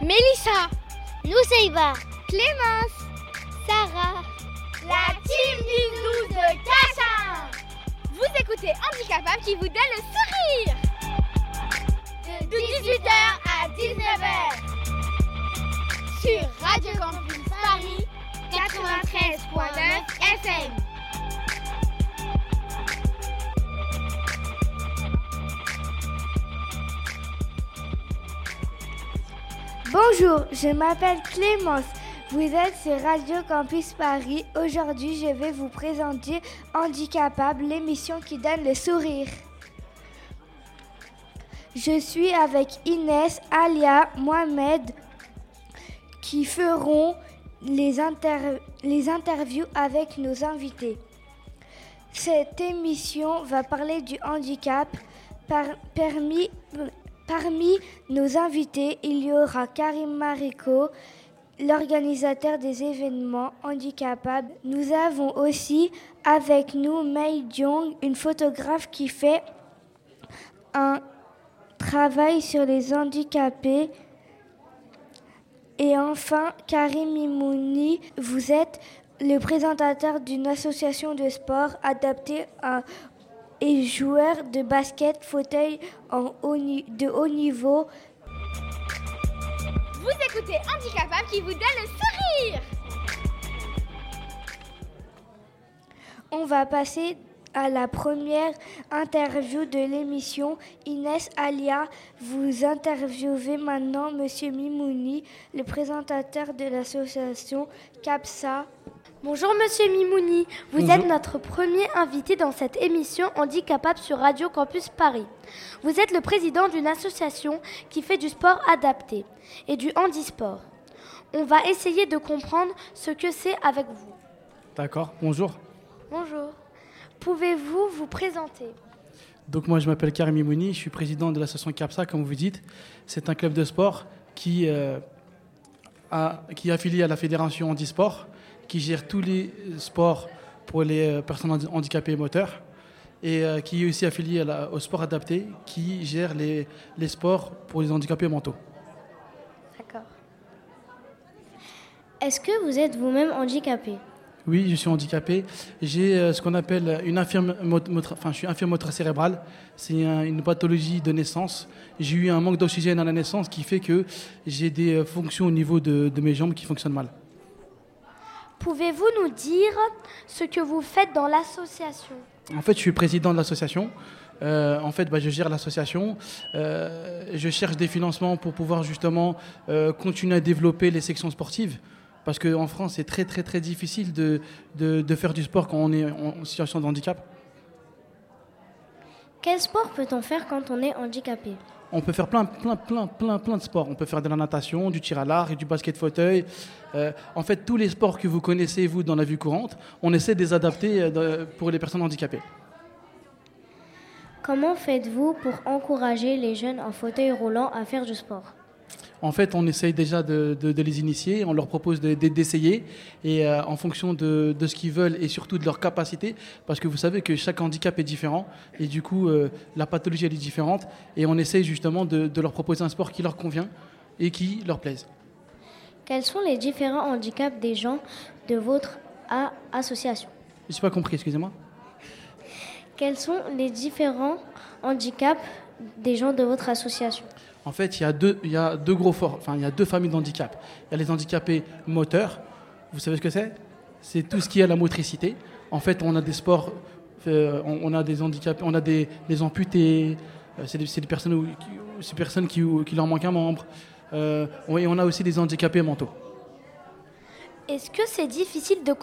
Mélissa, Nuseiba, Clémence, Sarah, la team du 12 de Cachin. Vous écoutez Handicapable qui vous donne le sourire. De 18h à 19h. Sur Radio Campus Paris 93.9 FM. Bonjour, je m'appelle Clémence. Vous êtes sur Radio Campus Paris. Aujourd'hui, je vais vous présenter Handicapable, l'émission qui donne le sourire. Je suis avec Inès, Alia, Mohamed qui feront les interviews avec nos invités. Cette émission va parler du handicap. Parmi nos invités, il y aura Karim Marico, l'organisateur des événements handicapables. Nous avons aussi avec nous Mei Jong, une photographe qui fait un travail sur les handicapés. Et enfin, Karim Mimouni, vous êtes le présentateur d'une association de sport adaptée et joueur de basket fauteuil de haut niveau. Vous écoutez Handicapable qui vous donne le sourire. On va passer à la première interview de l'émission. Inès, Alia, vous interviewez maintenant Monsieur Mimouni, le présentateur de l'association CAPSA. Bonjour Monsieur Mimouni, vous êtes notre premier invité dans cette émission Handicapable sur Radio Campus Paris. Vous êtes le président d'une association qui fait du sport adapté et du handisport. On va essayer de comprendre ce que c'est avec vous. D'accord, bonjour. Bonjour. Pouvez-vous vous présenter ? Donc moi je m'appelle Karim Mimouni, je suis président de l'association CAPSA, comme vous dites. C'est un club de sport qui est affilié à la fédération handisport, qui gère tous les sports pour les personnes handicapées moteurs et qui est aussi affilié au sport adapté, qui gère les sports pour les handicapés mentaux. D'accord. Est-ce que vous êtes vous-même handicapé ? Oui, je suis handicapé. J'ai ce qu'on appelle une je suis infirme moteur cérébral. C'est une pathologie de naissance. J'ai eu un manque d'oxygène à la naissance qui fait que j'ai des fonctions au niveau de mes jambes qui fonctionnent mal. Pouvez-vous nous dire ce que vous faites dans l'association ? En fait, je suis président de l'association. Je gère l'association. Je cherche des financements pour pouvoir justement continuer à développer les sections sportives. Parce qu'en France, c'est très, très, très difficile de faire du sport quand on est en situation de handicap. Quel sport peut-on faire quand on est handicapé ? On peut faire plein de sports. On peut faire de la natation, du tir à l'arc et du basket fauteuil. En fait, tous les sports que vous connaissez, vous, dans la vie courante, on essaie de les adapter pour les personnes handicapées. Comment faites-vous pour encourager les jeunes en fauteuil roulant à faire du sport ? En fait, on essaye déjà de les initier, on leur propose d'essayer et en fonction de ce qu'ils veulent et surtout de leur capacité, parce que vous savez que chaque handicap est différent et du coup, la pathologie elle est différente et on essaye justement de leur proposer un sport qui leur convient et qui leur plaise. Quels sont les différents handicaps des gens de votre association ? Je n'ai pas compris, excusez-moi. Quels sont les différents handicaps des gens de votre association ? En fait, il y a deux familles d'handicap. Il y a les handicapés moteurs. Vous savez ce que c'est ? C'est tout ce qui est la motricité. En fait, on a des sports, on a des handicapés, on a des amputés. C'est des personnes qui leur manque un membre. Et on a aussi des handicapés mentaux. Est-ce que c'est difficile de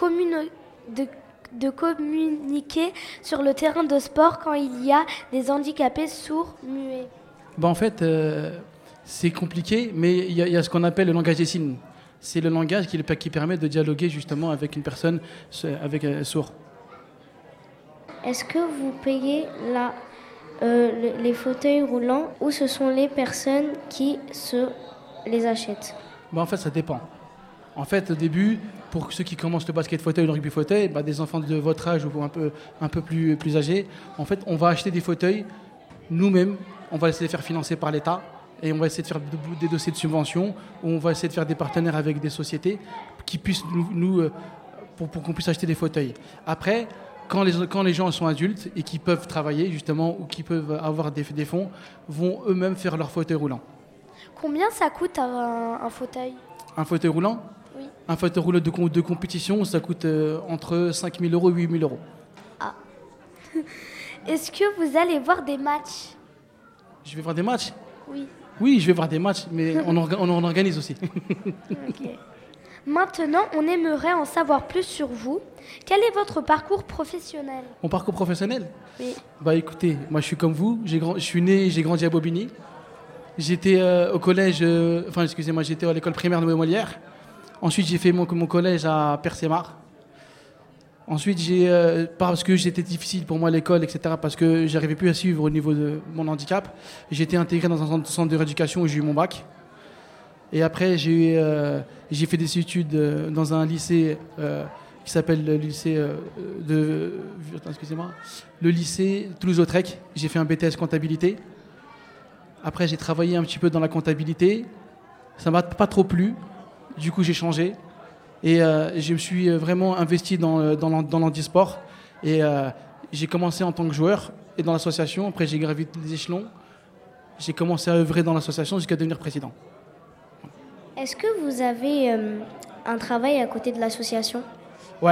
communiquer sur le terrain de sport quand il y a des handicapés sourds, muets ? En fait, c'est compliqué, mais il y a ce qu'on appelle le langage des signes. C'est le langage qui permet de dialoguer justement avec une personne sourde. Est-ce que vous payez les fauteuils roulants ou ce sont les personnes qui les achètent ? En fait, ça dépend. En fait, au début, pour ceux qui commencent le basket fauteuil, le rugby fauteuil, des enfants de votre âge ou un peu plus âgés, en fait, on va acheter des fauteuils nous-mêmes. On va essayer de les faire financer par l'État Et on va essayer de faire des dossiers de subvention, où on va essayer de faire des partenaires avec des sociétés qui puissent pour qu'on puisse acheter des fauteuils. Après, quand les gens sont adultes et qui peuvent travailler justement ou qui peuvent avoir des fonds, vont eux-mêmes faire leur fauteuil roulant. Combien ça coûte un fauteuil? Un fauteuil roulant? Oui. Un fauteuil roulant de compétition, ça coûte entre 5 000 euros et 8 000 euros. Ah. Est-ce que vous allez voir des matchs? Je vais voir des matchs? Oui. Oui, je vais voir des matchs, mais on en organise aussi. Ok. Maintenant, on aimerait en savoir plus sur vous. Quel est votre parcours professionnel? Mon parcours professionnel? Oui. Bah écoutez, moi je suis comme vous, je suis né, j'ai grandi à Bobigny. J'étais au collège, j'étais à l'école primaire de Molière. Ensuite, j'ai fait mon collège à Persémar. Ensuite, parce que c'était difficile pour moi l'école, etc., parce que j'arrivais plus à suivre au niveau de mon handicap, j'ai été intégré dans un centre de rééducation où j'ai eu mon bac. Et après, j'ai fait des études dans un lycée qui s'appelle le lycée Toulouse-Lautrec. J'ai fait un BTS comptabilité. Après, j'ai travaillé un petit peu dans la comptabilité. Ça m'a pas trop plu. Du coup, j'ai changé. Et je me suis vraiment investi dans l'handisport. Et j'ai commencé en tant que joueur et dans l'association. Après, j'ai gravi les échelons. J'ai commencé à œuvrer dans l'association jusqu'à devenir président. Est-ce que vous avez un travail à côté de l'association? Ouais.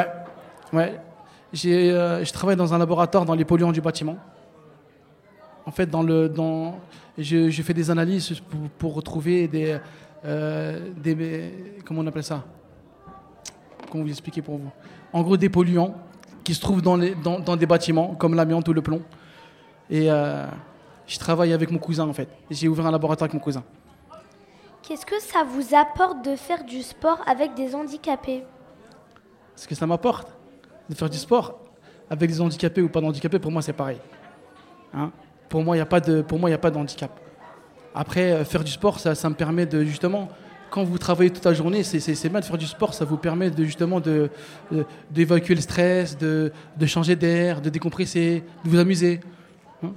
Je travaille dans un laboratoire dans les polluants du bâtiment. En fait, je fais des analyses pour retrouver des comment on appelle ça? Comment vous expliquer pour vous? En gros, des polluants qui se trouvent dans des bâtiments, comme l'amiante ou le plomb. Et je travaille avec mon cousin, en fait. J'ai ouvert un laboratoire avec mon cousin. Qu'est-ce que ça vous apporte de faire du sport avec des handicapés? Ce que ça m'apporte de faire du sport avec des handicapés ou pas d'handicapés, pour moi, c'est pareil. Hein? Pour moi, il n'y a pas de handicap. Après, faire du sport, ça me permet de, justement, quand vous travaillez toute la journée, c'est bien de faire du sport, ça vous permet d'évacuer le stress, de changer d'air, de décompresser, de vous amuser. Hein?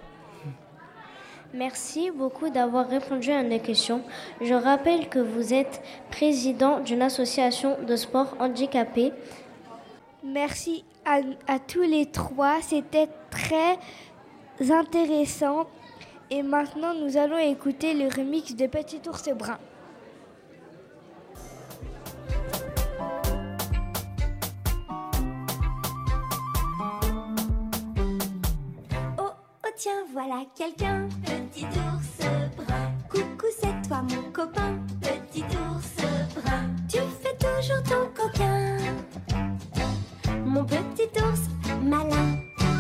Merci beaucoup d'avoir répondu à nos questions. Je rappelle que vous êtes président d'une association de sport handicapé. Merci à tous les trois, c'était très intéressant. Et maintenant, nous allons écouter le remix de Petit Ours Brun. Oh, tiens, voilà quelqu'un. Petit ours brun. Coucou, c'est toi mon copain. Petit ours brun. Tu fais toujours ton coquin. Mon petit ours malin.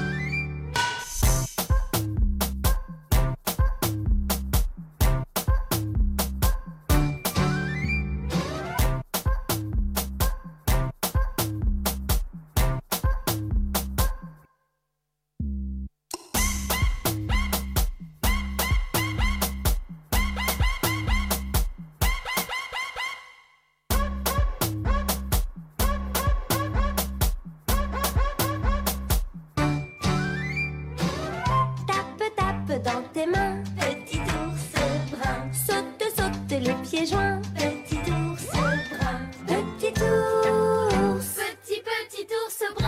Dans tes mains, petit ours brun. Saute, saute les pieds joints, petit ours brun. Petit ours, petit ours brun.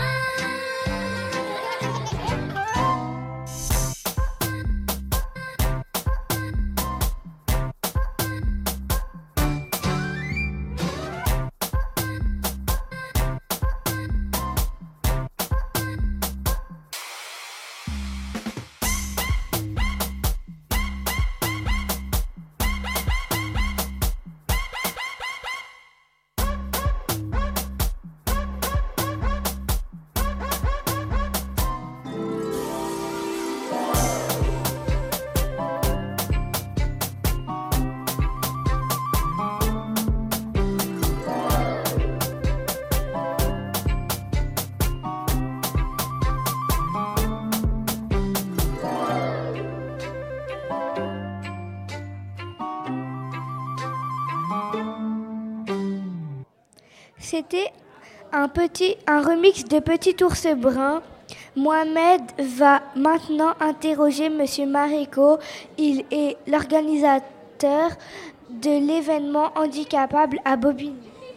C'était un remix de Petit Ours Brun. Mohamed va maintenant interroger Monsieur Marico. Il est l'organisateur de l'événement Handicapable à Bobigny.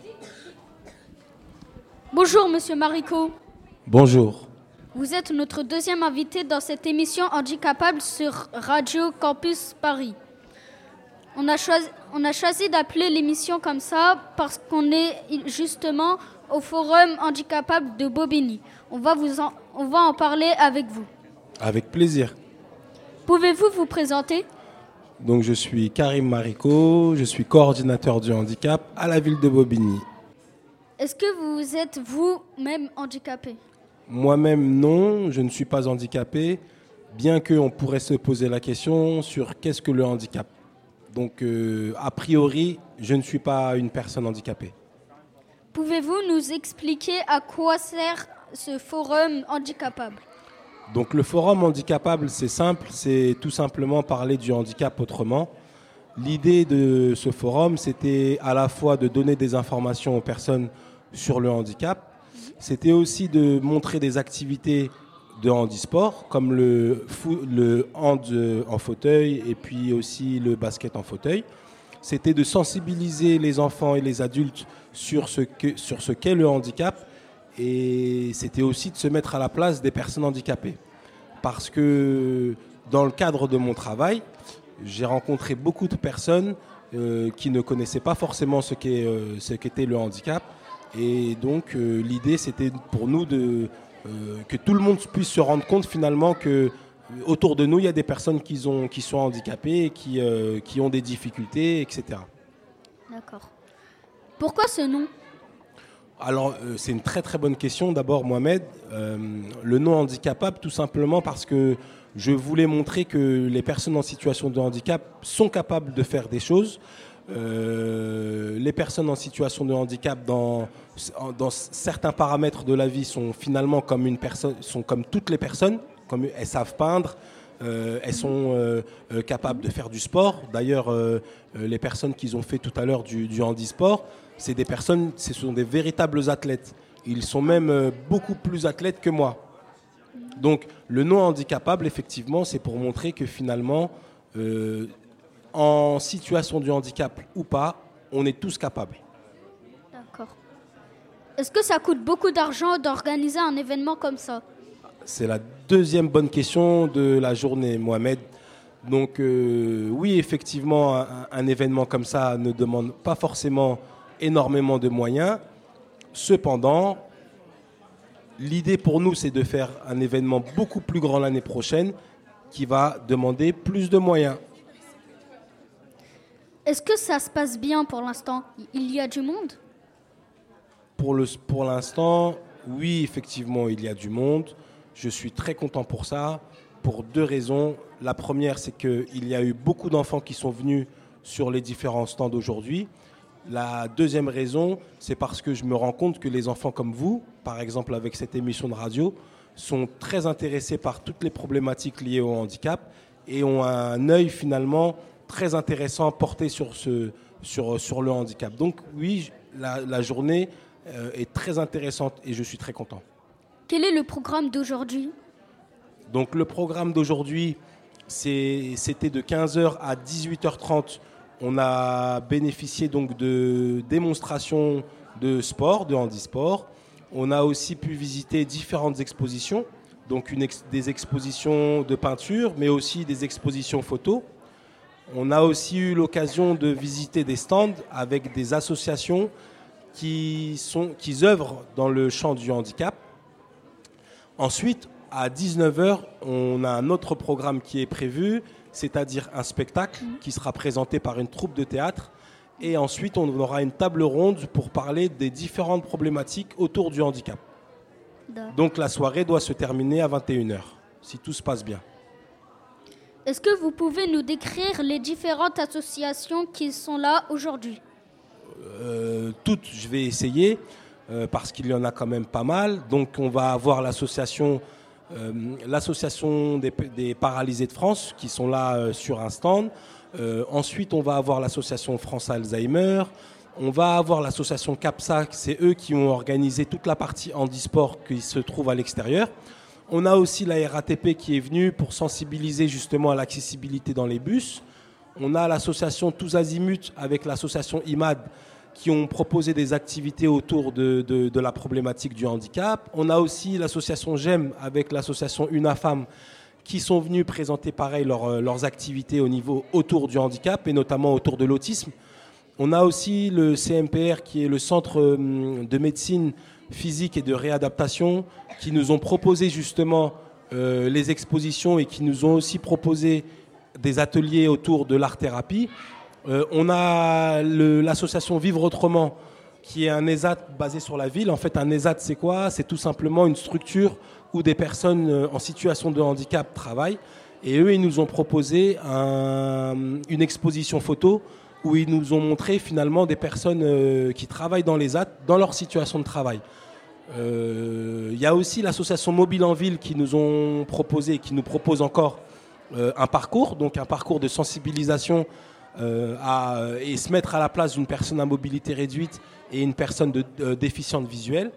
Bonjour Monsieur Marico. Bonjour. Vous êtes notre deuxième invité dans cette émission Handicapable sur Radio Campus Paris. On a choisi d'appeler l'émission comme ça parce qu'on est justement au Forum Handicapable de Bobigny. On va en parler avec vous. Avec plaisir. Pouvez-vous vous présenter ? Donc je suis Karim Marico, je suis coordinateur du handicap à la ville de Bobigny. Est-ce que vous êtes vous-même handicapé ? Moi-même non, je ne suis pas handicapé, bien qu'on pourrait se poser la question sur qu'est-ce que le handicap. Donc a priori, je ne suis pas une personne handicapée. Pouvez-vous nous expliquer à quoi sert ce forum handicapable ? Donc le forum handicapable, c'est simple, c'est tout simplement parler du handicap autrement. L'idée de ce forum, c'était à la fois de donner des informations aux personnes sur le handicap, c'était aussi de montrer des activités de handisport, comme le hand en fauteuil et puis aussi le basket en fauteuil. C'était de sensibiliser les enfants et les adultes sur ce qu'est le handicap, et c'était aussi de se mettre à la place des personnes handicapées. Parce que dans le cadre de mon travail, j'ai rencontré beaucoup de personnes qui ne connaissaient pas forcément ce qu'était le handicap. Et donc l'idée, c'était pour nous que tout le monde puisse se rendre compte finalement que autour de nous, il y a des personnes qui sont handicapées, qui ont des difficultés, etc. D'accord. Pourquoi ce nom ? Alors, c'est une très très bonne question. D'abord, Mohamed, le nom handicapable, tout simplement parce que je voulais montrer que les personnes en situation de handicap sont capables de faire des choses. Les personnes en situation de handicap dans certains paramètres de la vie sont finalement sont comme toutes les personnes. Comme elles savent peindre, elles sont capables de faire du sport. D'ailleurs, les personnes qu'ils ont fait tout à l'heure du handisport, ce sont des véritables athlètes. Ils sont même beaucoup plus athlètes que moi. Donc le non handicapable, effectivement, c'est pour montrer que finalement, en situation de handicap ou pas, on est tous capables. D'accord. Est-ce que ça coûte beaucoup d'argent d'organiser un événement comme ça ? C'est la deuxième bonne question de la journée, Mohamed. Donc oui, effectivement, un événement comme ça ne demande pas forcément énormément de moyens. Cependant, l'idée pour nous, c'est de faire un événement beaucoup plus grand l'année prochaine qui va demander plus de moyens. Est-ce que ça se passe bien pour l'instant ? Il y a du monde ? Pour l'instant, oui, effectivement, il y a du monde. Je suis très content pour ça, pour deux raisons. La première, c'est qu'il y a eu beaucoup d'enfants qui sont venus sur les différents stands aujourd'hui. La deuxième raison, c'est parce que je me rends compte que les enfants comme vous, par exemple avec cette émission de radio, sont très intéressés par toutes les problématiques liées au handicap et ont un œil finalement très intéressant porté sur le handicap. Donc oui, la journée est très intéressante et je suis très content. Quel est le programme d'aujourd'hui ? Donc le programme d'aujourd'hui, c'était de 15h à 18h30. On a bénéficié donc de démonstrations de sport, de handisport. On a aussi pu visiter différentes expositions, donc des expositions de peinture, mais aussi des expositions photos. On a aussi eu l'occasion de visiter des stands avec des associations qui œuvrent dans le champ du handicap. Ensuite, à 19h, on a un autre programme qui est prévu, c'est-à-dire un spectacle qui sera présenté par une troupe de théâtre. Et ensuite, on aura une table ronde pour parler des différentes problématiques autour du handicap. Donc la soirée doit se terminer à 21h, si tout se passe bien. Est-ce que vous pouvez nous décrire les différentes associations qui sont là aujourd'hui ? Toutes, je vais essayer, parce qu'il y en a quand même pas mal. Donc on va avoir l'association des paralysés de France qui sont là sur un stand. Ensuite, on va avoir l'association France Alzheimer. On va avoir l'association CAPSA, c'est eux qui ont organisé toute la partie handisport qui se trouve à l'extérieur. On a aussi la RATP qui est venue pour sensibiliser justement à l'accessibilité dans les bus. On a l'association Tous Azimuts avec l'association IMAD qui ont proposé des activités autour de la problématique du handicap. On a aussi l'association GEM avec l'association UNAFAM qui sont venus présenter pareil leurs activités autour du handicap et notamment autour de l'autisme. On a aussi le CMPR qui est le Centre de médecine physique et de réadaptation qui nous ont proposé justement les expositions et qui nous ont aussi proposé des ateliers autour de l'art-thérapie. On a l'association Vivre Autrement qui est un ESAT basé sur la ville. En fait, un ESAT, c'est quoi ? C'est tout simplement une structure où des personnes en situation de handicap travaillent. Et eux, ils nous ont proposé une exposition photo où ils nous ont montré finalement des personnes qui travaillent dans les ESAT dans leur situation de travail. Il y a aussi l'association Mobile en Ville qui nous ont proposé et qui nous propose encore un parcours, donc un parcours de sensibilisation et se mettre à la place d'une personne à mobilité réduite et une personne déficiente visuelle.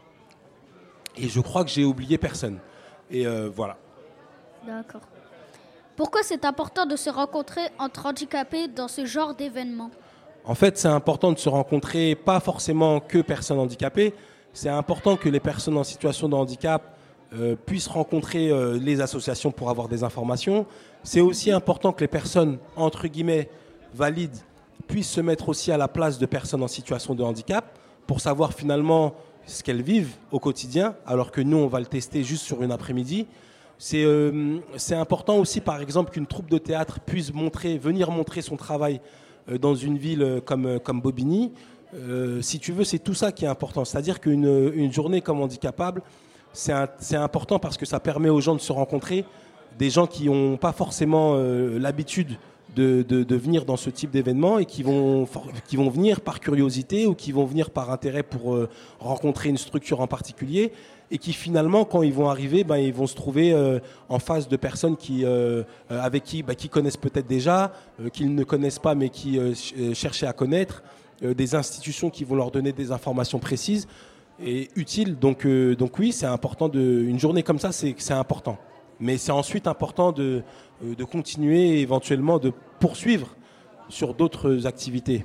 Et je crois que j'ai oublié personne. Et voilà. D'accord. Pourquoi c'est important de se rencontrer entre handicapés dans ce genre d'événement ? En fait, c'est important de se rencontrer, pas forcément que personnes handicapées. C'est important que les personnes en situation de handicap puissent rencontrer les associations pour avoir des informations. C'est aussi important que les personnes, entre guillemets, valides, puissent se mettre aussi à la place de personnes en situation de handicap pour savoir finalement ce qu'elles vivent au quotidien, alors que nous, on va le tester juste sur une après-midi. C'est important aussi, par exemple, qu'une troupe de théâtre puisse venir montrer son travail dans une ville comme Bobigny. Si tu veux, c'est tout ça qui est important. C'est-à-dire qu'une journée comme handicapable, c'est important parce que ça permet aux gens de se rencontrer, des gens qui n'ont pas forcément l'habitude de venir dans ce type d'événement et qui vont venir par curiosité ou qui vont venir par intérêt pour rencontrer une structure en particulier et qui finalement, quand ils vont arriver, ils vont se trouver en face de personnes avec qui connaissent peut-être déjà, qu'ils ne connaissent pas mais qui cherchaient à connaître, des institutions qui vont leur donner des informations précises et utiles. Donc oui, c'est important. Une journée comme ça, c'est important. Mais c'est ensuite important de continuer et éventuellement de poursuivre sur d'autres activités.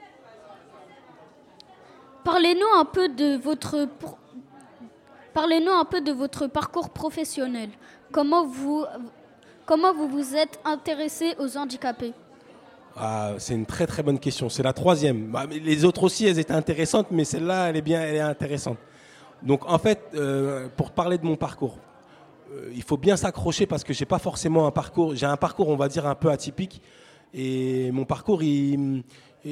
Parlez-nous un peu de votre parcours professionnel. Comment vous vous êtes intéressé aux handicapés ? C'est une très très bonne question. C'est la troisième. Les autres aussi, elles étaient intéressantes, mais celle-là, elle est intéressante. Donc en fait, pour parler de mon parcours, il faut bien s'accrocher parce que j'ai pas forcément un parcours. J'ai un parcours, on va dire, un peu atypique. Et mon parcours, il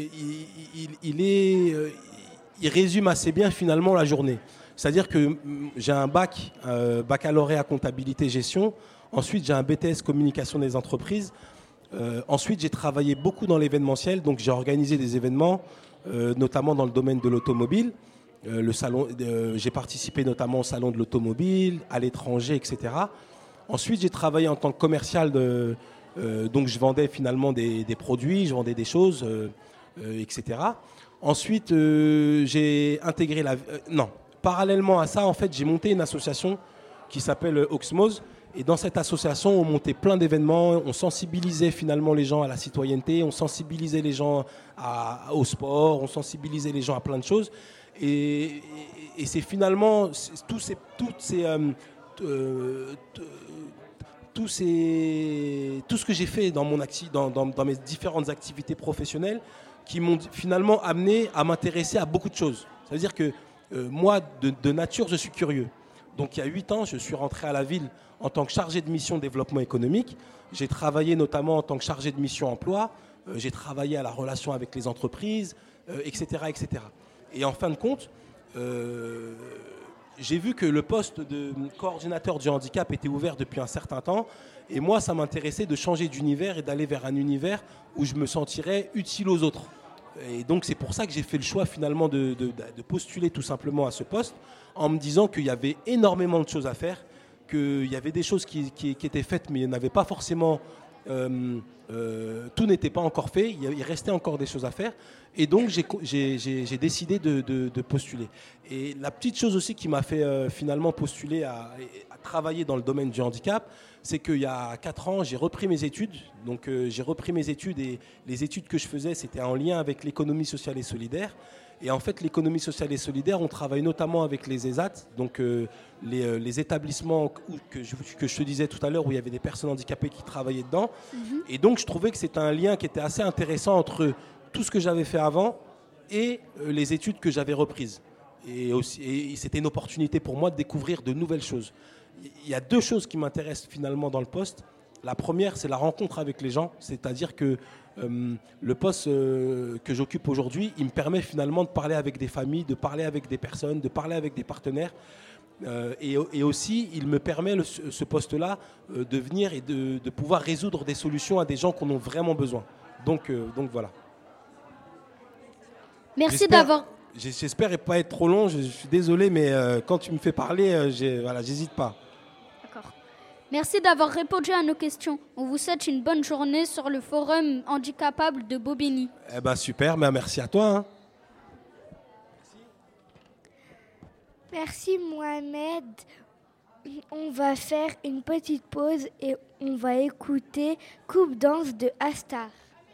résume assez bien finalement la journée. C'est-à-dire que j'ai un baccalauréat comptabilité gestion. Ensuite, j'ai un BTS communication des entreprises. Ensuite, j'ai travaillé beaucoup dans l'événementiel. Donc, j'ai organisé des événements, notamment dans le domaine de l'automobile. J'ai participé notamment au salon de l'automobile, à l'étranger, etc. Ensuite, j'ai travaillé en tant que commercial. Donc, je vendais finalement des produits, je vendais des choses, etc. Ensuite, j'ai intégré parallèlement à ça, en fait, j'ai monté une association qui s'appelle Oxmose. Et dans cette association, on montait plein d'événements, on sensibilisait finalement les gens à la citoyenneté, on sensibilisait les gens au sport, on sensibilisait les gens à plein de choses. Et c'est finalement tout ce que j'ai fait dans mes différentes activités professionnelles qui m'ont finalement amené à m'intéresser à beaucoup de choses. C'est-à-dire que moi, de nature, je suis curieux. Donc il y a 8 ans, je suis rentré à la ville en tant que chargé de mission développement économique. J'ai travaillé notamment en tant que chargé de mission emploi. J'ai travaillé à la relation avec les entreprises, etc., etc. Et en fin de compte, j'ai vu que le poste de coordinateur du handicap était ouvert depuis un certain temps. Et moi, ça m'intéressait de changer d'univers et d'aller vers un univers où je me sentirais utile aux autres. Et donc, c'est pour ça que j'ai fait le choix finalement de postuler tout simplement à ce poste en me disant qu'il y avait énormément de choses à faire, qu'il y avait des choses qui étaient faites, mais il n'y en avait pas forcément... tout n'était pas encore fait, il restait encore des choses à faire. Et donc, j'ai décidé de postuler. Et la petite chose aussi qui m'a fait finalement postuler à travailler dans le domaine du handicap, c'est qu'il y a 4 ans, j'ai repris mes études. Donc j'ai repris mes études et les études que je faisais, c'était en lien avec l'économie sociale et solidaire. Et en fait, l'économie sociale et solidaire, on travaille notamment avec les ESAT, donc les établissements que je te disais tout à l'heure, où il y avait des personnes handicapées qui travaillaient dedans. Et donc, je trouvais que c'était un lien qui était assez intéressant entre tout ce que j'avais fait avant et les études que j'avais reprises. Et c'était une opportunité pour moi de découvrir de nouvelles choses. Il y a 2 choses qui m'intéressent finalement dans le poste. La première, c'est la rencontre avec les gens, c'est-à-dire que le poste que j'occupe aujourd'hui, il me permet finalement de parler avec des familles, de parler avec des personnes, de parler avec des partenaires. Et aussi, il me permet, ce poste-là, de venir et de pouvoir résoudre des solutions à des gens qui en ont vraiment besoin. Donc voilà. Merci d'avoir... J'espère ne pas être trop long, je suis désolé, mais quand tu me fais parler, j'hésite pas. D'accord. Merci d'avoir répondu à nos questions. On vous souhaite une bonne journée sur le forum handicapable de Bobigny. Eh ben super, merci à toi. Hein. Merci Mohamed. On va faire une petite pause et on va écouter Coupe Danse de Astar.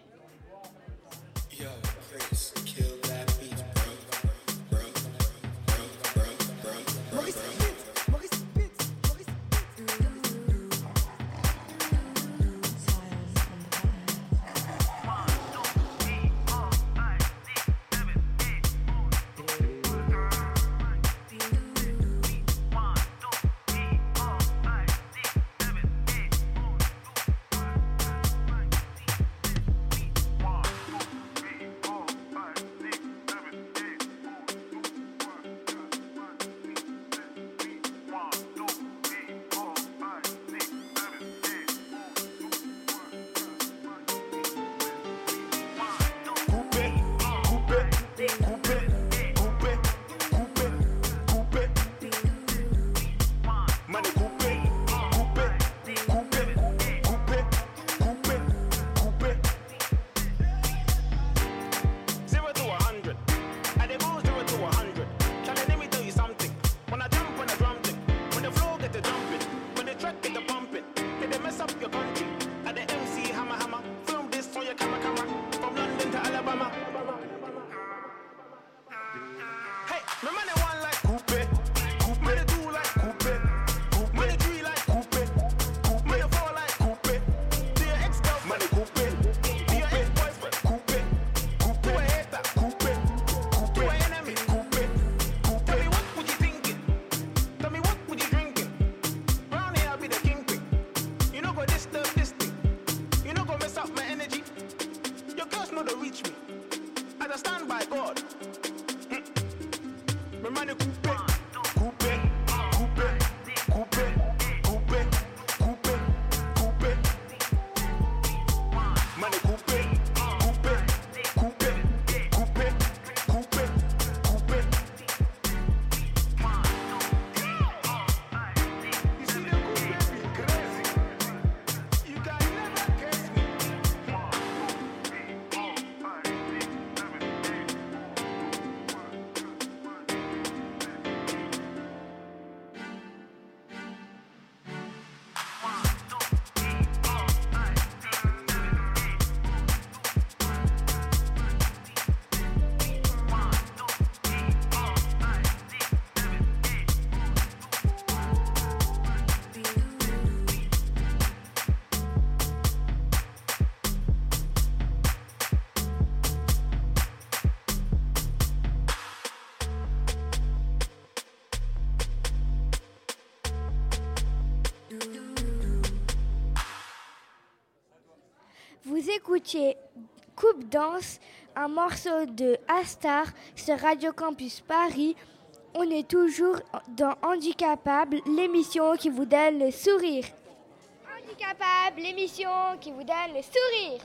Vous écoutiez Coupe Danse, un morceau de Astar sur Radio Campus Paris. On est toujours dans Handicapable, l'émission qui vous donne le sourire. Handicapable, l'émission qui vous donne le sourire.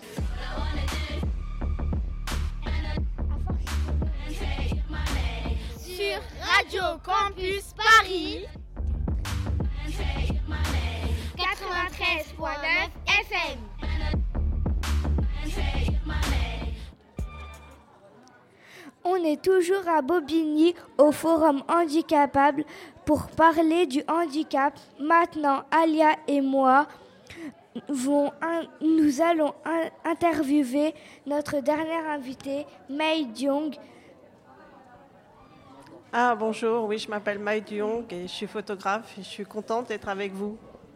Sur Radio Campus Paris 93.9 FM. On est toujours à Bobigny, au Forum Handicapable, pour parler du handicap. Maintenant, Alia et moi nous allons interviewer notre dernière invitée, Mei Jung. Ah bonjour, oui, je m'appelle Mei Jung et je suis photographe et je suis contente d'être avec vous.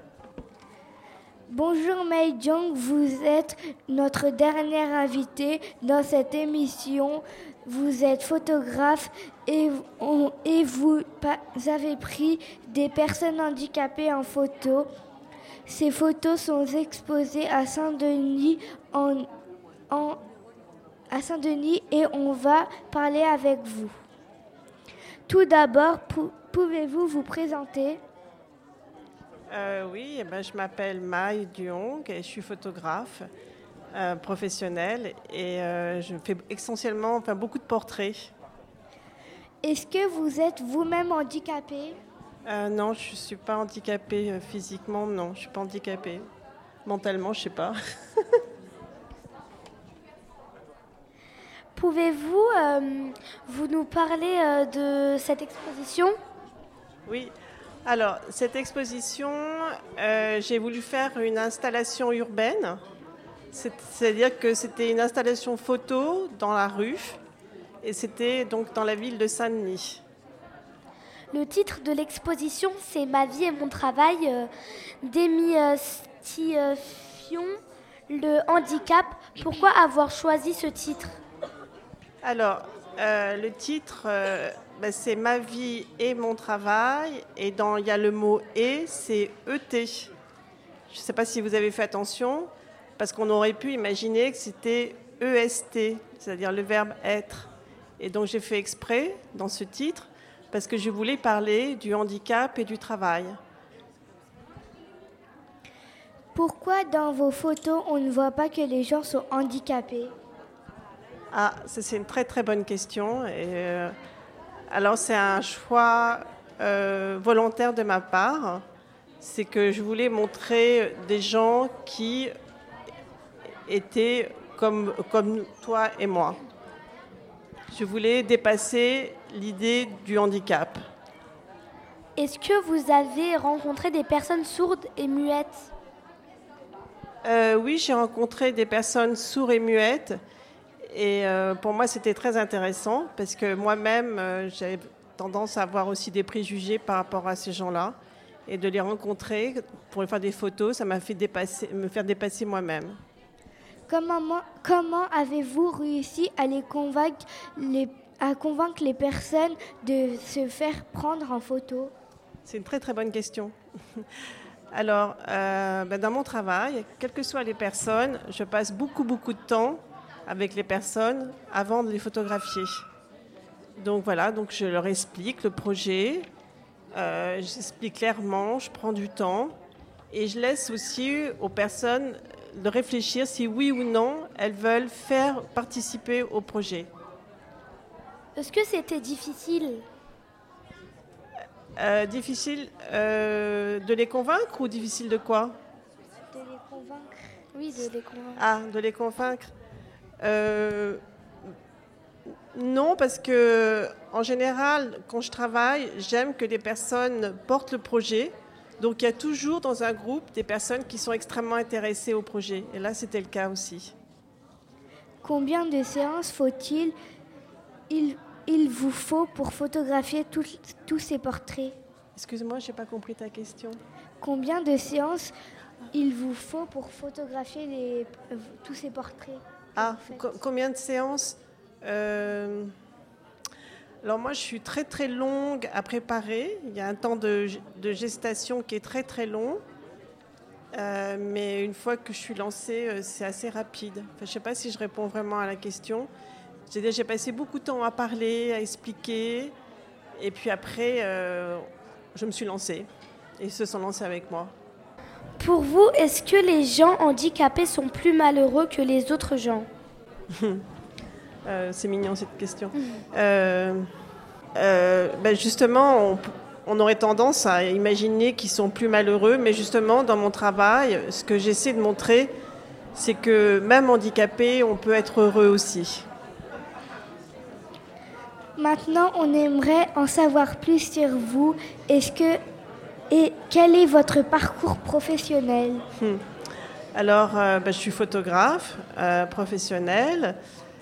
Bonjour Mei Jung, vous êtes notre dernière invitée dans cette émission. Vous êtes photographe et vous avez pris des personnes handicapées en photo. Ces photos sont exposées à Saint-Denis à Saint-Denis et on va parler avec vous. Tout d'abord, pouvez-vous vous présenter ? Oui, je m'appelle Mei Jung et je suis photographe professionnelle et je fais essentiellement beaucoup de portraits. Est-ce que vous êtes vous-même handicapé ? Non, je ne suis pas handicapée physiquement, non, je ne suis pas handicapée. Mentalement, je ne sais pas. Pouvez-vous vous nous parler de cette exposition ? Oui, alors cette exposition, j'ai voulu faire une installation urbaine, c'est-à-dire que c'était une installation photo dans la rue et c'était donc dans la ville de Saint-Denis. Le titre de l'exposition, c'est « Ma vie et mon travail », démystifions le handicap. Pourquoi avoir choisi ce titre ? Alors, le titre, c'est « Ma vie et mon travail » et il y a le mot « et », c'est « ET ». Je ne sais pas si vous avez fait attention, parce qu'on aurait pu imaginer que c'était « EST », c'est-à-dire le verbe « être ». Et donc j'ai fait exprès dans ce titre, parce que je voulais parler du handicap et du travail. Pourquoi dans vos photos, on ne voit pas que les gens sont handicapés ? Ah, ça, c'est une très très bonne question. Et, alors c'est un choix volontaire de ma part. C'est que je voulais montrer des gens qui étaient comme toi et moi. Je voulais dépasser l'idée du handicap. Est-ce que vous avez rencontré des personnes sourdes et muettes ? Oui, j'ai rencontré des personnes sourdes et muettes. Et pour moi, c'était très intéressant parce que moi-même, j'avais tendance à avoir aussi des préjugés par rapport à ces gens-là. Et de les rencontrer pour faire des photos, ça m'a fait me faire dépasser moi-même. Comment avez-vous réussi à convaincre les personnes de se faire prendre en photo ? C'est une très très bonne question. Alors, dans mon travail, quelles que soient les personnes, je passe beaucoup de temps avec les personnes avant de les photographier. Donc voilà, donc je leur explique le projet, j'explique clairement, je prends du temps et je laisse aussi aux personnes de réfléchir si oui ou non elles veulent faire participer au projet. Est-ce que c'était difficile ? Difficile de les convaincre ou difficile de quoi ? De les convaincre. Oui, de les convaincre. Ah, de les convaincre. Non, parce que en général, quand je travaille, j'aime que les personnes portent le projet. Donc il y a toujours dans un groupe des personnes qui sont extrêmement intéressées au projet. Et là, c'était le cas aussi. Combien de séances faut-il il vous faut pour photographier tous ces portraits ? Excuse-moi, je n'ai pas compris ta question. Combien de séances il vous faut pour photographier tous ces portraits ? Ah, combien de séances ? Alors moi, je suis très très longue à préparer. Il y a un temps de gestation qui est très très long. Mais une fois que je suis lancée, c'est assez rapide. Enfin, je ne sais pas si je réponds vraiment à la question. J'ai passé beaucoup de temps à parler, à expliquer. Et puis après, je me suis lancée. Et ils se sont lancés avec moi. Pour vous, est-ce que les gens handicapés sont plus malheureux que les autres gens ? C'est mignon cette question. Justement, on aurait tendance à imaginer qu'ils sont plus malheureux, mais justement, dans mon travail, ce que j'essaie de montrer, c'est que même handicapé, on peut être heureux aussi. Maintenant, on aimerait en savoir plus sur vous. Quel est votre parcours professionnel? Alors, je suis photographe professionnelle.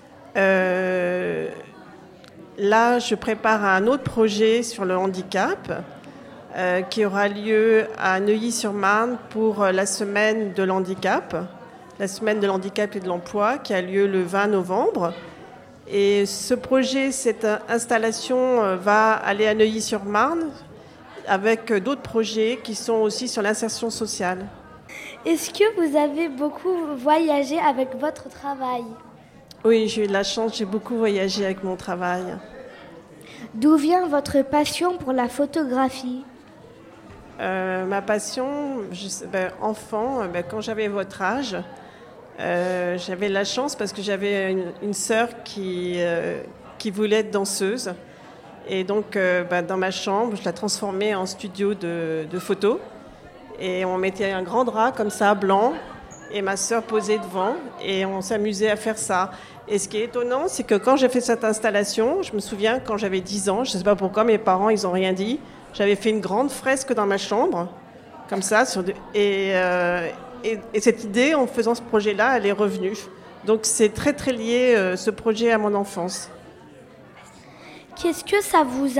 Là, je prépare un autre projet sur le handicap qui aura lieu à Neuilly-sur-Marne pour la semaine de l'handicap, la semaine de l'handicap et de l'emploi qui a lieu le 20 novembre. Et ce projet, cette installation va aller à Neuilly-sur-Marne avec d'autres projets qui sont aussi sur l'insertion sociale. Est-ce que vous avez beaucoup voyagé avec votre travail? Oui, j'ai eu de la chance, j'ai beaucoup voyagé avec mon travail. D'où vient votre passion pour la photographie? Ma passion, enfant, quand j'avais votre âge, j'avais la chance parce que j'avais une sœur qui voulait être danseuse. Et donc, dans ma chambre, je la transformais en studio de photos. Et on mettait un grand drap comme ça, blanc, et ma sœur posait devant, et on s'amusait à faire ça. Et ce qui est étonnant, c'est que quand j'ai fait cette installation, je me souviens, quand j'avais 10 ans, je ne sais pas pourquoi, mes parents, ils n'ont rien dit, j'avais fait une grande fresque dans ma chambre, comme ça, et cette idée, en faisant ce projet-là, elle est revenue. Donc c'est très très lié, ce projet, à mon enfance. Qu'est-ce que ça vous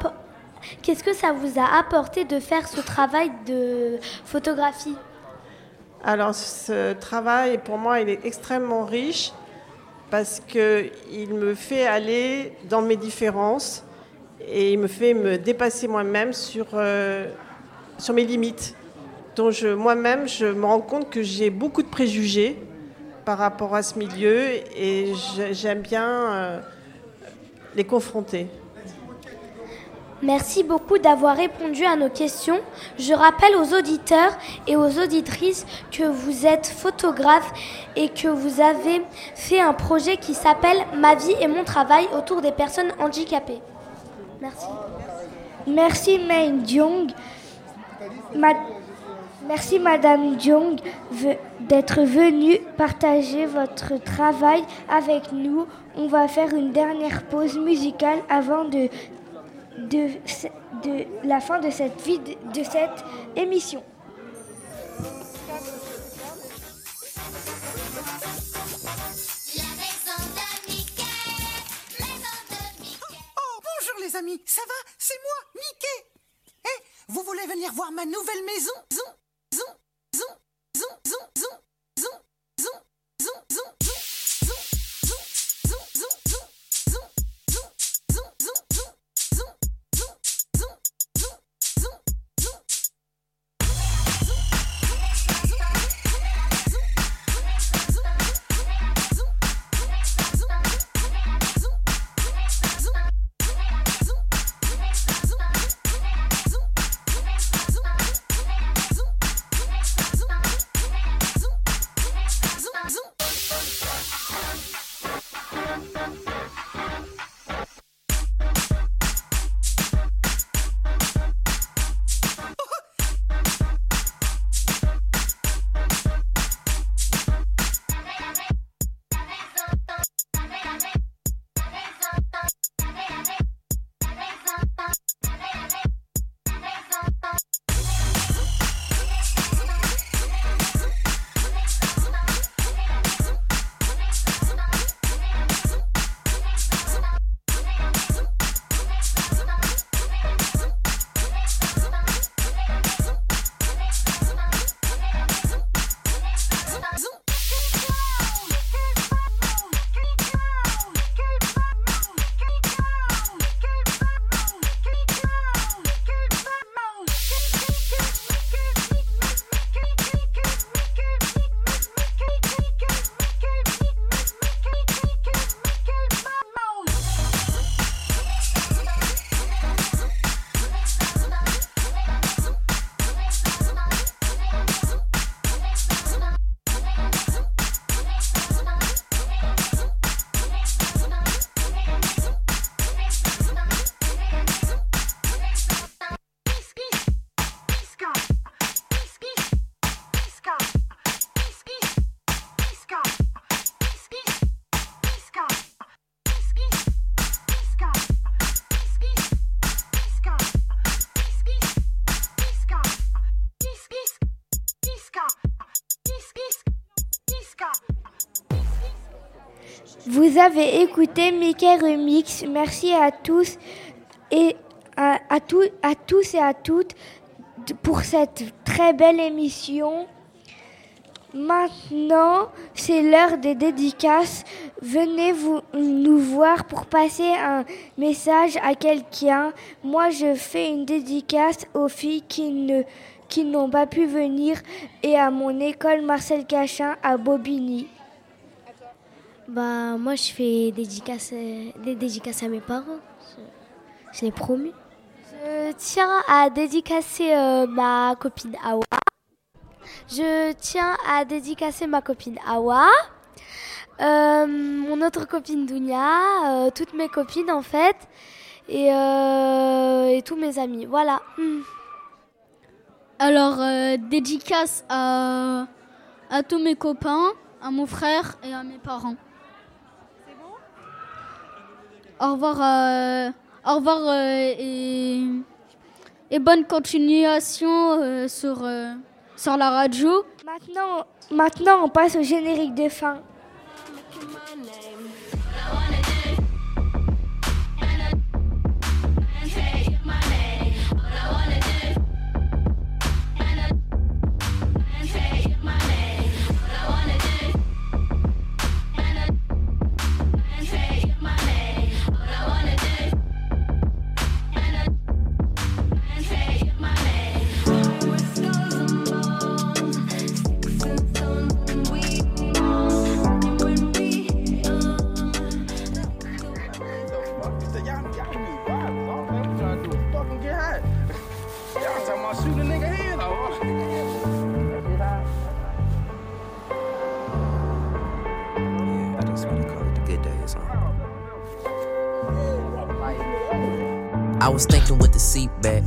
a apporté de faire ce travail de photographie? Alors, ce travail, pour moi, il est extrêmement riche parce qu'il me fait aller dans mes différences et il me fait me dépasser moi-même sur mes limites. Donc, moi-même, je me rends compte que j'ai beaucoup de préjugés par rapport à ce milieu et j'aime bien les confronter. Merci beaucoup d'avoir répondu à nos questions. Je rappelle aux auditeurs et aux auditrices que vous êtes photographe et que vous avez fait un projet qui s'appelle « Ma vie et mon travail » autour des personnes handicapées. Merci. Merci Mei Jong. Merci Madame Jong d'être venue partager votre travail avec nous. On va faire une dernière pause musicale avant de la fin de cette émission. Oh, bonjour les amis, ça va? C'est moi, Mickey. Vous voulez venir voir ma nouvelle maison? Vous avez écouté Mickey Remix. Merci à tous et à tous et à toutes pour cette très belle émission. Maintenant, c'est l'heure des dédicaces. Venez nous voir pour passer un message à quelqu'un. Moi, je fais une dédicace aux filles qui n'ont pas pu venir et à mon école Marcel Cachin à Bobigny. Moi, je fais des dédicaces à mes parents. Je l'ai promis. Je tiens à dédicacer ma copine Awa. Je tiens à dédicacer ma copine Awa, mon autre copine Dounia, toutes mes copines en fait, et tous mes amis. Voilà. Alors, dédicace à tous mes copains, à mon frère et à mes parents. C'est bon ? Au revoir et bonne continuation sur la radio. Maintenant, on passe au générique de fin. I was thinking with the seat back.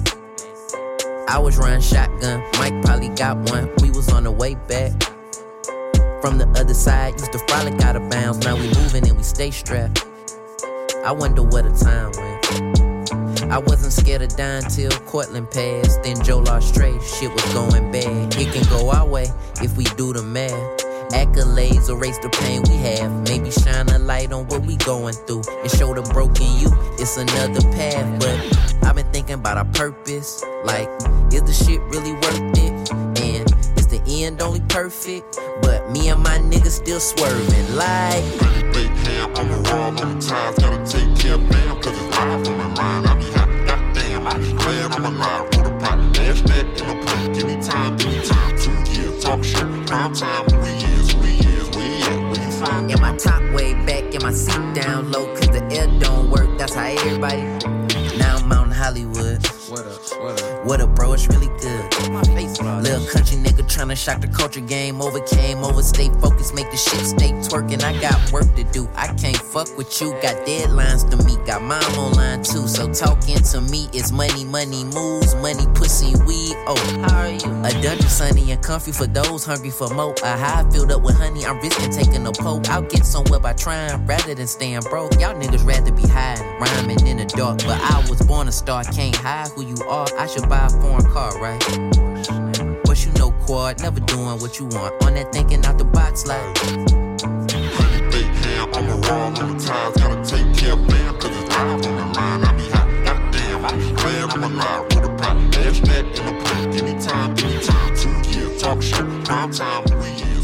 I was riding shotgun, Mike probably got one. We was on the way back. From the other side, used to frolic out of bounds. Now we moving and we stay strapped. I wonder where the time went. I wasn't scared of dying till Cortland passed. Then Joe lost Trey, shit was going bad. It can go our way if we do the math. Accolades erase the pain we have. Maybe shine a light on what we going through and show the broken you it's another path. But I've been thinking about our purpose. Like, is the shit really worth it? And is the end only perfect? But me and my niggas still swerving like big ham on the wrong on the times. Gotta take care of fam, cause it's live on my mind. I be hot, goddamn, I be glad I'm alive. Roll the pot, dash that in the plate. Give me time, 2 years. Talk shit, prime time, who we is, where you find? And my top way back and my seat down low, cause the air don't work, that's how everybody. Now I'm out in Hollywood. What up, bro? It's really good. My face, little country nigga tryna shock the culture game. Overcame, stay focused, make the shit stay twerking. I got work to do, I can't fuck with you. Got deadlines to meet, got mom online too. So talking to me is money, money moves, money, pussy, weed. Oh, how are you? A dungeon sunny and comfy for those hungry for more. A high filled up with honey, I'm risking taking a poke. I'll get somewhere by trying rather than staying broke. Y'all niggas rather be hiding, rhyming in the dark. But I was born a star, can't hide who you are. I should buy a foreign car, right? But you know, quad, never doing what you want. On that thinking out the box like big ham on the wrong on the times. Gotta take care of fam, cause it's live on the line. I be hot, goddamn, I be glad I'm alive. Roll the pot, dash that in the plate. Give me time, 2 years. Talk shit, prime time, who we is.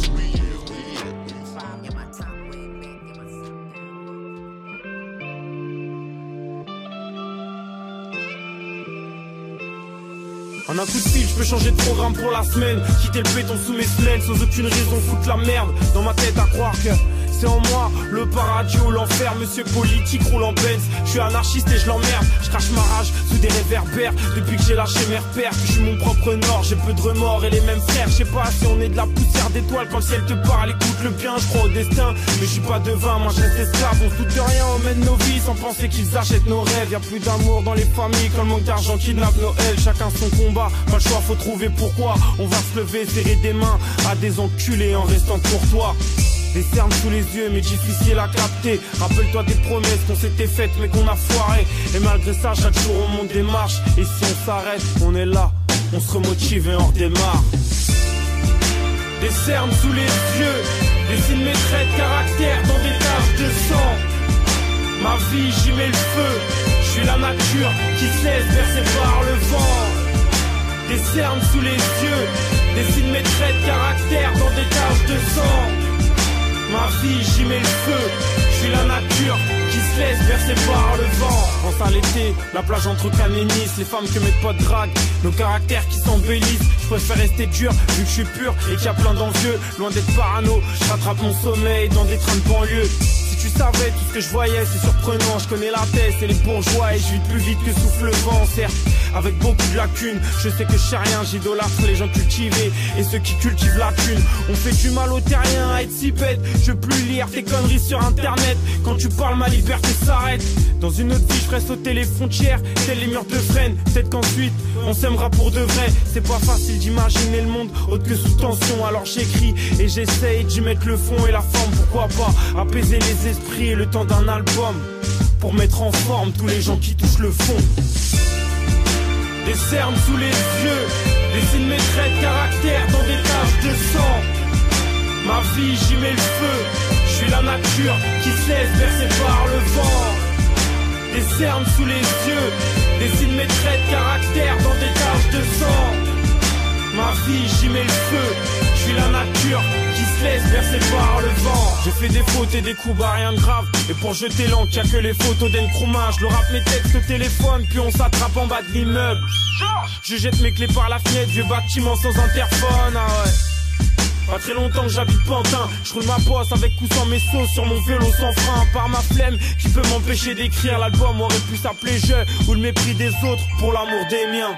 En un coup de fil, je peux changer de programme pour la semaine. Quitter le béton sous mes semelles, sans aucune raison, foutre la merde dans ma tête à croire que c'est en moi, le paradis ou l'enfer. Monsieur politique roule en Benz, je suis anarchiste et je l'emmerde. Je crache ma rage sous des réverbères. Depuis que j'ai lâché mes repères, que je suis mon propre nord. J'ai peu de remords et les mêmes frères. Je sais pas si on est de la poussière d'étoiles. Quand le ciel te parle, écoute le bien, je crois au destin. Mais je suis pas devin, moi je reste esclave. On se doute de rien, on mène nos vies sans penser qu'ils achètent nos rêves. Y'a plus d'amour dans les familles quand le manque d'argent kidnappe Noël. Chacun son combat, pas le choix, faut trouver pourquoi. On va se lever, serrer des mains à des enculés en restant courtois. Des cernes sous les yeux mais difficile à capter. Rappelle-toi des promesses qu'on s'était faites mais qu'on a foiré. Et malgré ça chaque jour on monte des marches. Et si on s'arrête, on est là, on se remotive et on redémarre. Des cernes sous les yeux Dessine mes traits de caractère dans des taches de sang. Ma vie, j'y mets le feu. Je suis la nature qui se laisse bercer par le vent. Des cernes sous les yeux. Dessine mes traits de caractère dans des taches de sang. Ma vie, j'y mets le feu. Je suis la nature qui se laisse bercer par le vent. Pense à l'été, la plage entre Cannes et Nice. Les femmes que mes potes draguent, nos caractères qui s'embellissent. Je préfère rester dur vu que je suis pur et qu'il y a plein d'envieux. Loin d'être parano, je rattrape mon sommeil dans des trains de banlieue. Si tu savais tout ce que je voyais, c'est surprenant. Je connais la tête et les bourgeois et je vis plus vite que souffle le vent. Certes, avec beaucoup de lacunes, je sais que je sais rien. J'idolâtre les gens cultivés et ceux qui cultivent la thune. On fait du mal aux terriens à être si bête. Je veux plus lire tes conneries sur internet. Quand tu parles, ma liberté s'arrête. Dans une autre vie, je ferai sauter les frontières, tels les murs de Fresnes. Peut-être qu'ensuite, on s'aimera pour de vrai. C'est pas facile d'imaginer le monde autre que sous tension. Alors j'écris et j'essaye d'y mettre le fond et la forme. Pourquoi pas apaiser les esprits et le temps d'un album pour mettre en forme tous les gens qui touchent le fond. Des cernes sous les yeux, dessine mes traits de caractère dans des taches de sang. Ma vie, j'y mets le feu. Je suis la nature qui se laisse bercer par le vent. Des cernes sous les yeux, dessine mes traits de caractère dans des taches de sang. Ma vie, j'y mets le feu. Je suis la nature qui se laisse bercer par le vent. J'ai fait des fautes et des coups, bah rien de grave. Et pour jeter l'encre, y'a que les photos d'Nkrumah. Je le rappe mes textes au téléphone, puis on s'attrape en bas de l'immeuble. Je jette mes clés par la fenêtre, vieux bâtiment sans interphone, ah ouais. Pas très longtemps que j'habite Pantin. Je roule ma poisse avec ou sans mes sauts sur mon vélo sans frein. Par ma flemme qui peut m'empêcher d'écrire. L'album aurait pu s'appeler Je ou le mépris des autres pour l'amour des miens.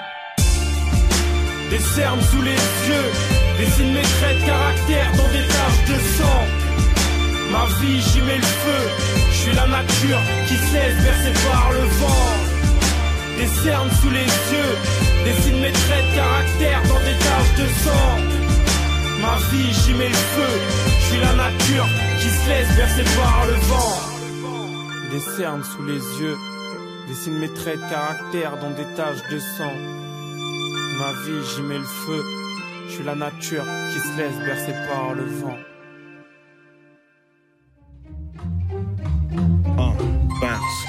Des cernes sous les yeux, dessine mes traits de caractère dans des taches de sang. Ma vie, j'y mets le feu. Je suis la nature qui se laisse bercer par le vent. Des cernes sous les yeux, dessine mes traits de caractère dans des taches de sang. Ma vie, j'y mets le feu. Je suis la nature qui se laisse bercer par le vent. Des cernes sous les yeux, dessine mes traits de caractère dans des taches de sang. Ma vie, j'y mets le feu. Je suis la nature qui se laisse bercer par le vent. Bounce.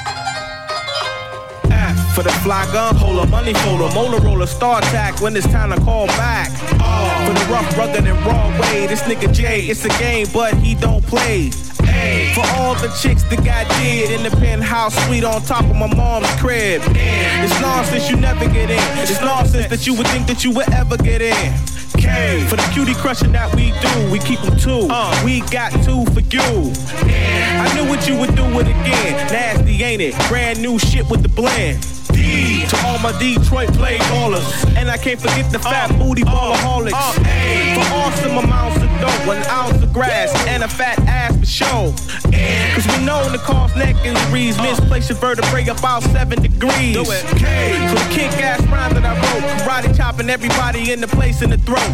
For the fly gun holder, money folder, molar roller, star attack when it's time to call back. For the rough, rugged, and raw way, this nigga Jay, it's a game, but he don't play. For all the chicks that got dead in the penthouse suite on top of my mom's crib. It's nonsense you never get in. It's nonsense that you would think that you would ever get in. For the cutie crushing that we do, we keep them two. We got two for you. I knew what you would do it again. Nasty, ain't it? Brand new shit with the blend. To all my Detroit play ballers. And I can't forget the fat booty ballaholics. For awesome amounts of dough, 1 ounce of grass, and a fat ass for show. Cause we known to cause neck injuries. Misplace your vertebrae about 7 degrees. For the kick-ass rhyme that I wrote, karate chopping everybody in the place in the throat.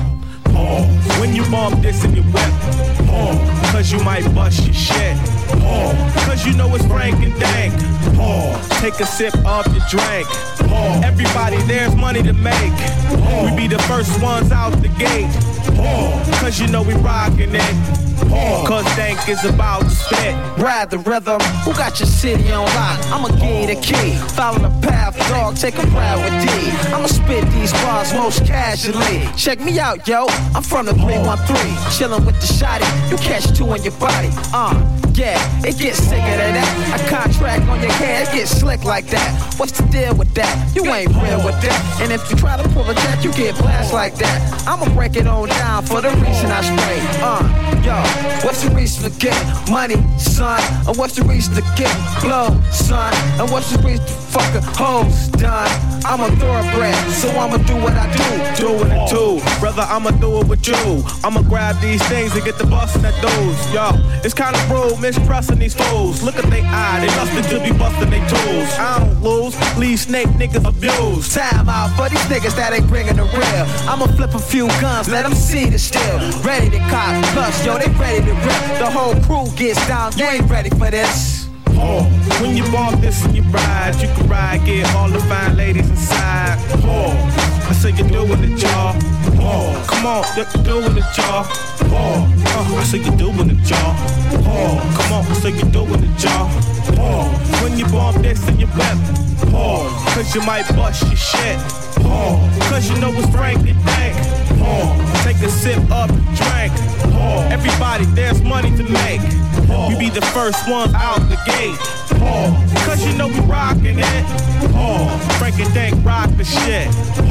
When you bump this in your whip, cause you might bust your shit. Cause you know it's Frank and Dank. Take a sip of your drink. Everybody, there's money to make. We be the first ones out the gate. Cause you know we rockin' it. Cause Dank is about to spit. Ride the rhythm, who got your city on lock? I'ma give you the key. Follow the path, dog, take a ride with D. I'ma spit these bars most casually. Check me out, yo, I'm from the 313. Chillin' with the shotty, you catch 2 in your body. Yeah, it gets sicker than that. A contract on your head, it gets slick like that. What's the deal with that? You ain't real with that. And if you try to pull a jack, you get blasted like that. I'ma break it on down for the reason I spray. Yo, what's the reason to get money, son? Or what's the reason to get blow, son? And what's the reason to fuck a hoes done? I'm a thoroughbred, so I'ma do what I do. Do what I do, brother, I'ma do it with you. I'ma grab these things and get the bustin' at those. Yo, it's kinda rude mistrusting these fools. Look at they eye, they lustin' to be bustin' they tools. I don't lose, leave snake niggas abused. Time out for these niggas that ain't bringing the real. I'ma flip a few guns, let them see the steel. Ready to cop, plus yo, they ready to rip. The whole crew gets down, you ain't ready for this. When you bought this and you ride, you can ride, get all the fine ladies inside. I say you're doing it, y'all. Come on, you can do it, y'all. I say you doing it, y'all. Come on, I say you doing it, y'all. When you bump this in your back, cause you might bust your shit. Cause you know it's Frank and Dank. Take a sip up, drink. Everybody, there's money to make. We be the first one out the gate. Cause you know we rockin' it. Frank and Dank rock the shit.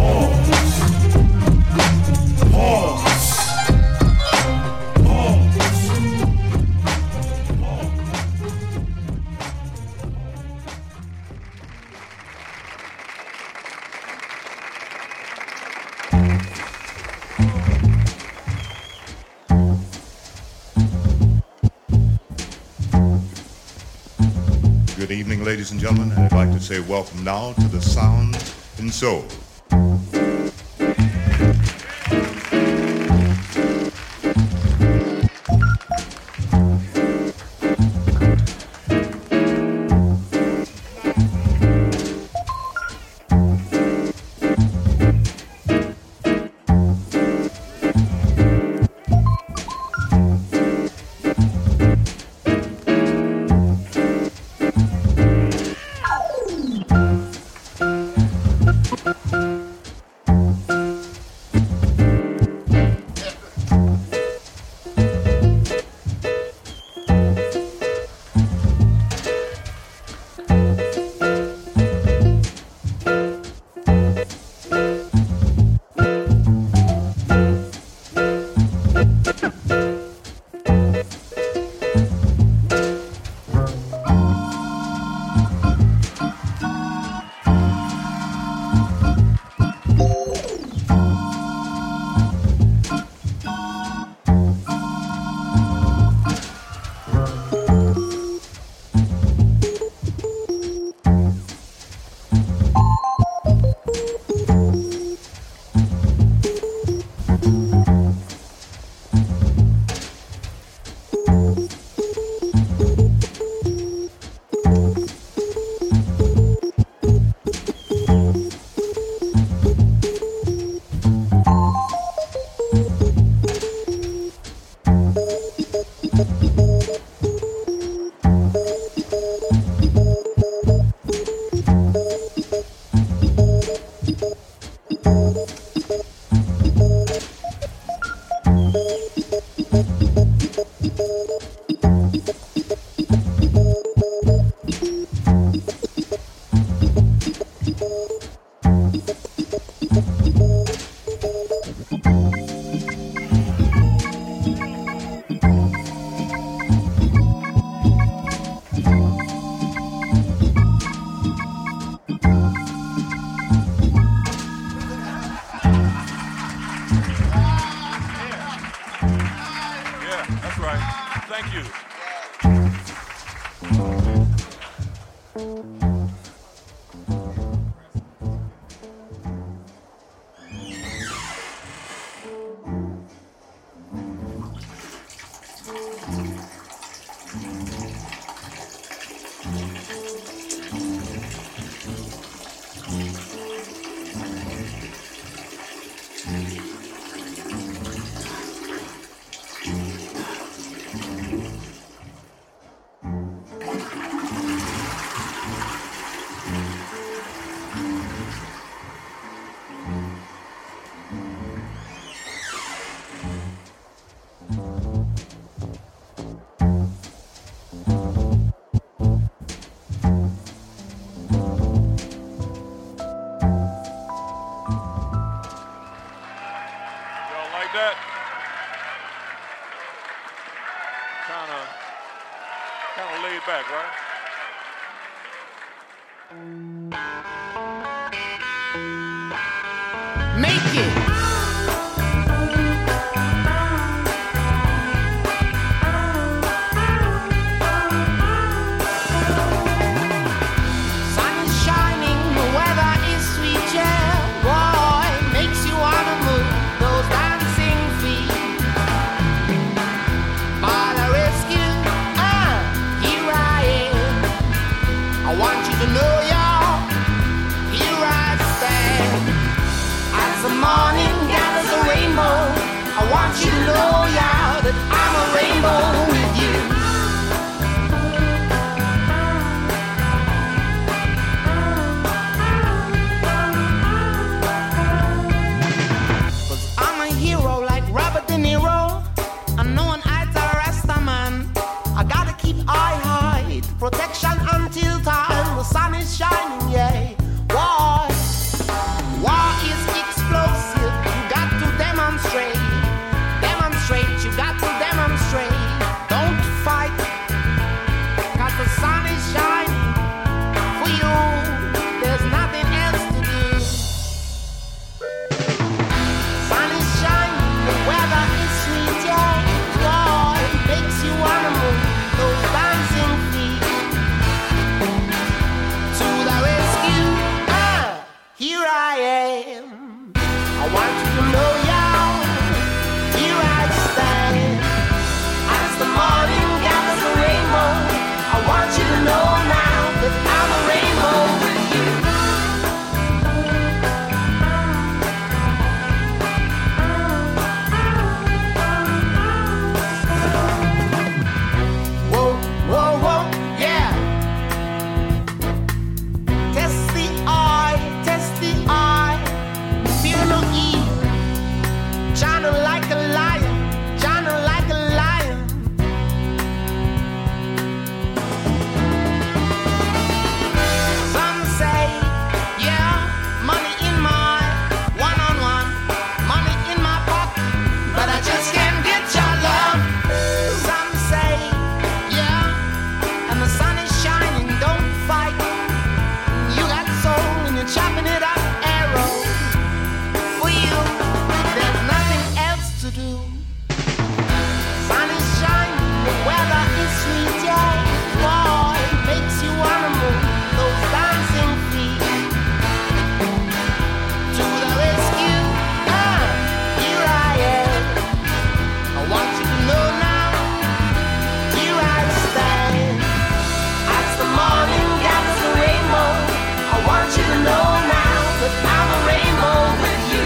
Good evening, ladies and gentlemen. I'd like to say welcome now to the Sound and Soul. Back, right? Make it. Sun is shining, the weather is sweet, yeah. Boy, makes you wanna move those dancing feet. For the rescue, here I am. I want you to know, y'all, here I stand. As the morning gathers the rain want you to know, yeah, that I'm a rainbow with you. Cause I'm a hero like Robert De Niro. I'm known as a Rasta man. I gotta keep eye high, protection until time the sun is shining, yeah. War is explosive, you got to demonstrate. You got to demonstrate. Don't fight, cause the sun is shining for you. There's nothing else to do. Sun is shining, the weather is sweet, yeah. Boy, it makes you wanna move those dancing feet. To the rescue, here I am. I want you to know, y'all, here I stand. As the morning gathers the rainbow, I want you to know now that I'm a rainbow with you. Whoa, whoa, whoa, yeah. Test the eye, fear no evil. China like a lion, China like a lion. Some say, yeah, money in my one-on-one, money in my pocket, but I just can't get your love. Some say, yeah, and the sun is shining, don't fight. You got soul and you're chopping it up, arrow. For you, there's nothing else to do. Sun is shining, the weather is sweet, yeah. Boy, it makes you wanna move those dancing feet. To the rescue, here I am. I want you to know now, here I stand. As the morning gathers the rainbow, I want you to know now that I'm a rainbow with you.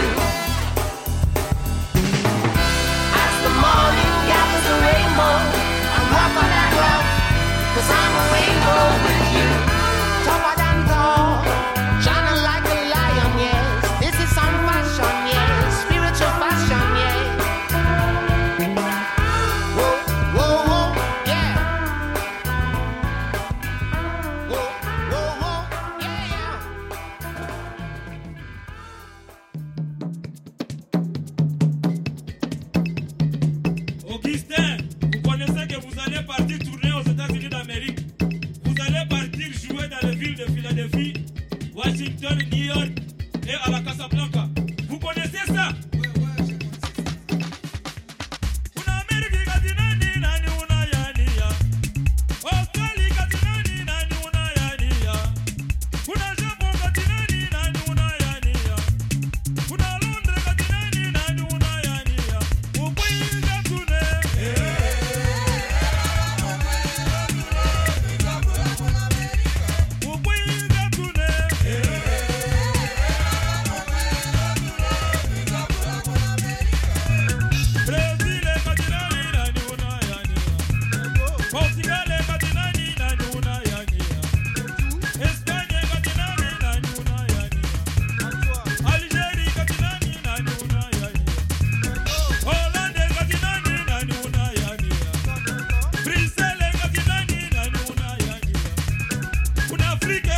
As the morning gathers the rainbow, I'm rougher than rough, cause I'm a rainbow with you. Tougher than tall, shining like a lion, yes. This is some fashion, yes. Spiritual fashion, yeah. Whoa, whoa, whoa, yeah. Whoa, whoa, whoa, yeah, yeah. Augustin, vous connaissez que vous allez partir tourner aux États-Unis d'Amérique. Vous allez partir jouer dans les villes de Philadelphie, Washington, New York et à la Casablanca. Vous connaissez ça? Afrique